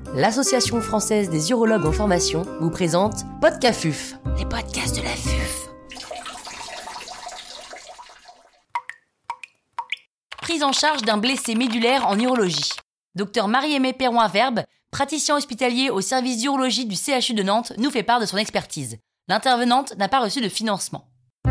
l'Association française des urologues en formation vous présente Podcafuf, les podcasts de la FUF. Prise en charge d'un blessé médulaire en urologie. Docteur Marie-Aimée Perroin-Verbe, praticien hospitalier au service d'urologie du CHU de Nantes, nous fait part de son expertise. L'intervenante n'a pas reçu de financement.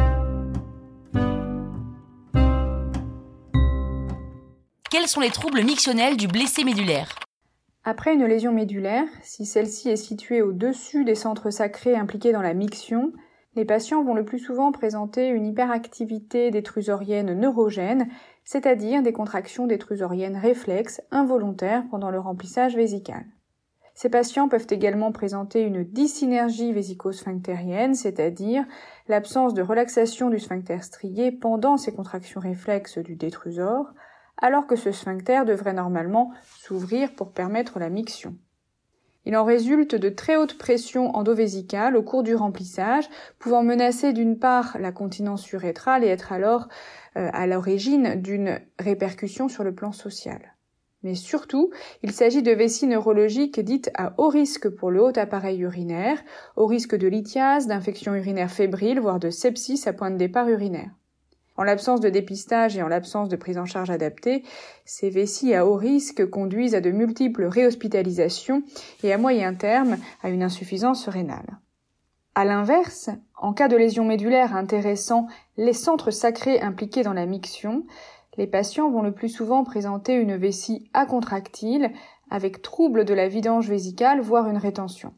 Quels sont les troubles mictionnels du blessé médulaire ? Après une lésion médulaire, si celle-ci est située au-dessus des centres sacrés impliqués dans la miction, les patients vont le plus souvent présenter une hyperactivité détrusorienne neurogène, c'est-à-dire des contractions détrusoriennes réflexes involontaires pendant le remplissage vésical. Ces patients peuvent également présenter une dysynergie vésico-sphinctérienne, c'est-à-dire l'absence de relaxation du sphincter strié pendant ces contractions réflexes du détrusor, alors que ce sphincter devrait normalement s'ouvrir pour permettre la miction. Il en résulte de très hautes pressions endovésicales au cours du remplissage, pouvant menacer d'une part la continence urétrale et être alors à l'origine d'une répercussion sur le plan social. Mais surtout, il s'agit de vessies neurologiques dites à haut risque pour le haut appareil urinaire, au risque de lithiase, d'infection urinaire fébrile, voire de sepsis à point de départ urinaire. En l'absence de dépistage et en l'absence de prise en charge adaptée, ces vessies à haut risque conduisent à de multiples réhospitalisations et à moyen terme à une insuffisance rénale. À l'inverse, en cas de lésion médulaire intéressant les centres sacrés impliqués dans la miction, les patients vont le plus souvent présenter une vessie acontractile avec trouble de la vidange vésicale, voire une rétention.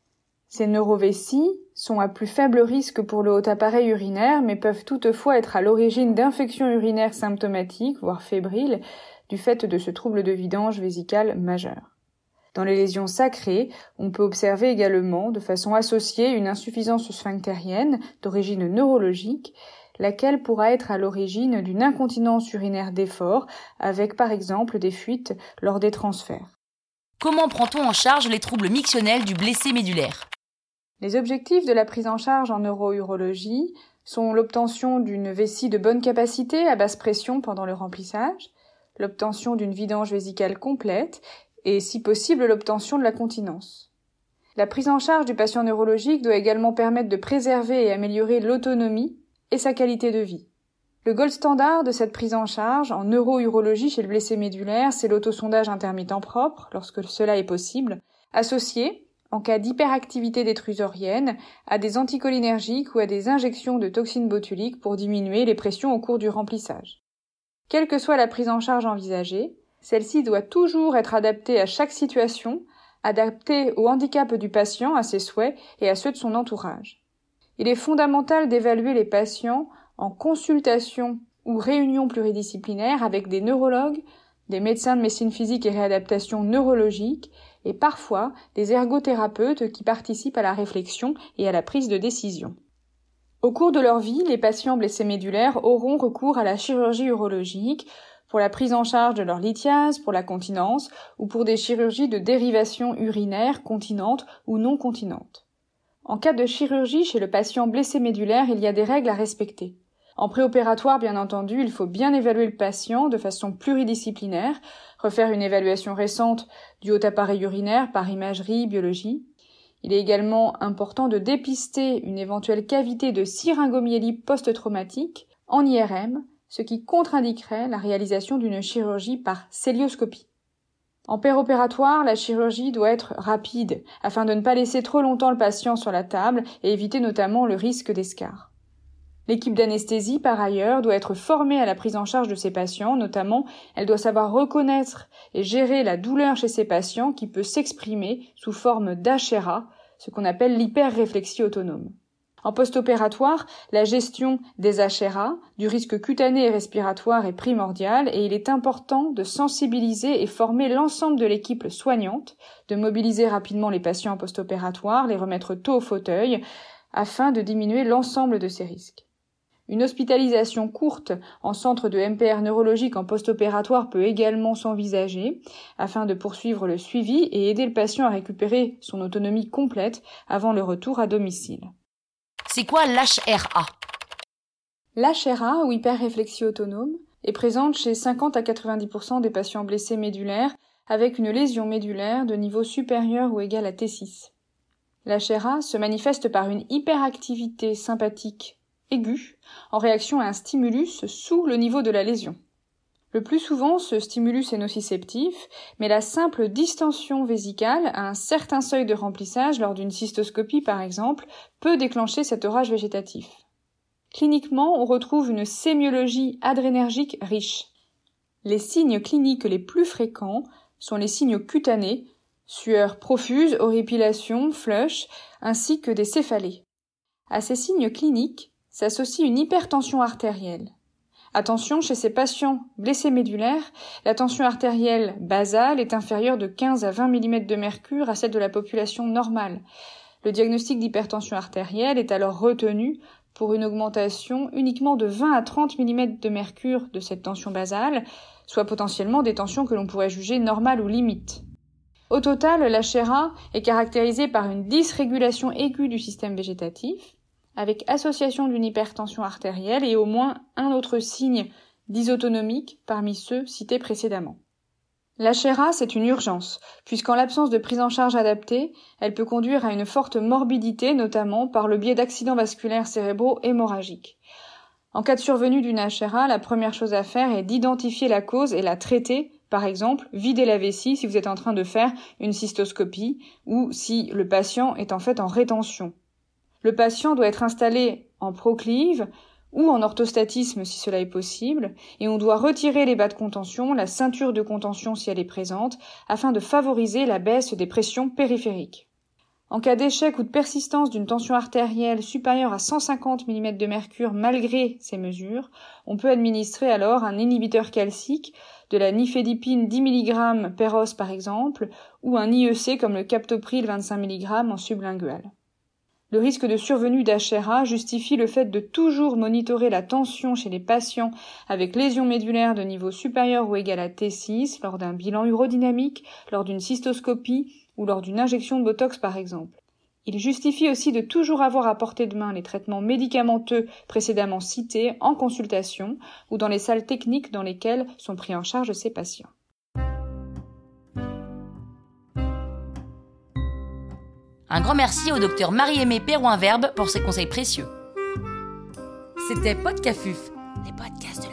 Ces neurovessies sont à plus faible risque pour le haut appareil urinaire, mais peuvent toutefois être à l'origine d'infections urinaires symptomatiques, voire fébriles, du fait de ce trouble de vidange vésicale majeur. Dans les lésions sacrées, on peut observer également, de façon associée, une insuffisance sphinctérienne d'origine neurologique, laquelle pourra être à l'origine d'une incontinence urinaire d'effort, avec par exemple des fuites lors des transferts. Comment prend-on en charge les troubles mictionnels du blessé médulaire ? Les objectifs de la prise en charge en neurourologie sont l'obtention d'une vessie de bonne capacité à basse pression pendant le remplissage, l'obtention d'une vidange vésicale complète et, si possible, l'obtention de la continence. La prise en charge du patient neurologique doit également permettre de préserver et améliorer l'autonomie et sa qualité de vie. Le gold standard de cette prise en charge en neurourologie chez le blessé médulaire, c'est l'autosondage intermittent propre, lorsque cela est possible, associé, en cas d'hyperactivité détrusorienne, à des anticholinergiques ou à des injections de toxines botuliques pour diminuer les pressions au cours du remplissage. Quelle que soit la prise en charge envisagée, celle-ci doit toujours être adaptée à chaque situation, adaptée au handicap du patient, à ses souhaits et à ceux de son entourage. Il est fondamental d'évaluer les patients en consultation ou réunion pluridisciplinaire avec des neurologues, des médecins de médecine physique et réadaptation neurologique et parfois des ergothérapeutes qui participent à la réflexion et à la prise de décision. Au cours de leur vie, les patients blessés médulaires auront recours à la chirurgie urologique pour la prise en charge de leur lithiase, pour la continence ou pour des chirurgies de dérivation urinaire continente ou non continente. En cas de chirurgie chez le patient blessé médulaire, il y a des règles à respecter. En préopératoire, bien entendu, il faut bien évaluer le patient de façon pluridisciplinaire, refaire une évaluation récente du haut appareil urinaire par imagerie, biologie. Il est également important de dépister une éventuelle cavité de syringomyélie post-traumatique en IRM, ce qui contre-indiquerait la réalisation d'une chirurgie par célioscopie. En péropératoire, la chirurgie doit être rapide, afin de ne pas laisser trop longtemps le patient sur la table et éviter notamment le risque d'escarre. L'équipe d'anesthésie, par ailleurs, doit être formée à la prise en charge de ces patients, notamment, elle doit savoir reconnaître et gérer la douleur chez ces patients qui peut s'exprimer sous forme d'HRA, ce qu'on appelle l'hyperréflexie autonome. En post-opératoire, la gestion des HRA, du risque cutané et respiratoire est primordiale et il est important de sensibiliser et former l'ensemble de l'équipe soignante, de mobiliser rapidement les patients en post-opératoire, les remettre tôt au fauteuil, afin de diminuer l'ensemble de ces risques. Une hospitalisation courte en centre de MPR neurologique en post-opératoire peut également s'envisager afin de poursuivre le suivi et aider le patient à récupérer son autonomie complète avant le retour à domicile. C'est quoi l'HRA ? L'HRA, ou hyperréflexie autonome, est présente chez 50 à 90% des patients blessés médulaires avec une lésion médulaire de niveau supérieur ou égal à T6. La HRA se manifeste par une hyperactivité sympathique aiguë en réaction à un stimulus sous le niveau de la lésion. Le plus souvent, ce stimulus est nociceptif, mais la simple distension vésicale à un certain seuil de remplissage lors d'une cystoscopie par exemple peut déclencher cet orage végétatif. Cliniquement, on retrouve une sémiologie adrénergique riche. Les signes cliniques les plus fréquents sont les signes cutanés, sueur profuse, horripilation, flush, ainsi que des céphalées. À ces signes cliniques s'associe une hypertension artérielle. Attention, chez ces patients blessés médulaires, la tension artérielle basale est inférieure de 15 à 20 mm de mercure à celle de la population normale. Le diagnostic d'hypertension artérielle est alors retenu pour une augmentation uniquement de 20 à 30 mm de mercure de cette tension basale, soit potentiellement des tensions que l'on pourrait juger normales ou limites. Au total, la HRA est caractérisée par une dysrégulation aiguë du système végétatif, avec association d'une hypertension artérielle et au moins un autre signe dysautonomique parmi ceux cités précédemment. La HRA, c'est une urgence, puisqu'en l'absence de prise en charge adaptée, elle peut conduire à une forte morbidité, notamment par le biais d'accidents vasculaires cérébraux hémorragiques. En cas de survenue d'une HRA, la première chose à faire est d'identifier la cause et la traiter. Par exemple, vider la vessie si vous êtes en train de faire une cystoscopie ou si le patient est en fait en rétention. Le patient doit être installé en proclive ou en orthostatisme si cela est possible, et on doit retirer les bas de contention, la ceinture de contention si elle est présente, afin de favoriser la baisse des pressions périphériques. En cas d'échec ou de persistance d'une tension artérielle supérieure à 150 mm de mercure malgré ces mesures, on peut administrer alors un inhibiteur calcique, de la nifedipine 10 mg per os par exemple, ou un IEC comme le captopril 25 mg en sublingual. Le risque de survenue d'HRA justifie le fait de toujours monitorer la tension chez les patients avec lésion médulaire de niveau supérieur ou égal à T6 lors d'un bilan urodynamique, lors d'une cystoscopie ou lors d'une injection de Botox par exemple. Il justifie aussi de toujours avoir à portée de main les traitements médicamenteux précédemment cités en consultation ou dans les salles techniques dans lesquelles sont pris en charge ces patients. Un grand merci au docteur Marie-Aimée Perouin-Verbe pour ses conseils précieux. C'était Podcafuf, les podcasts de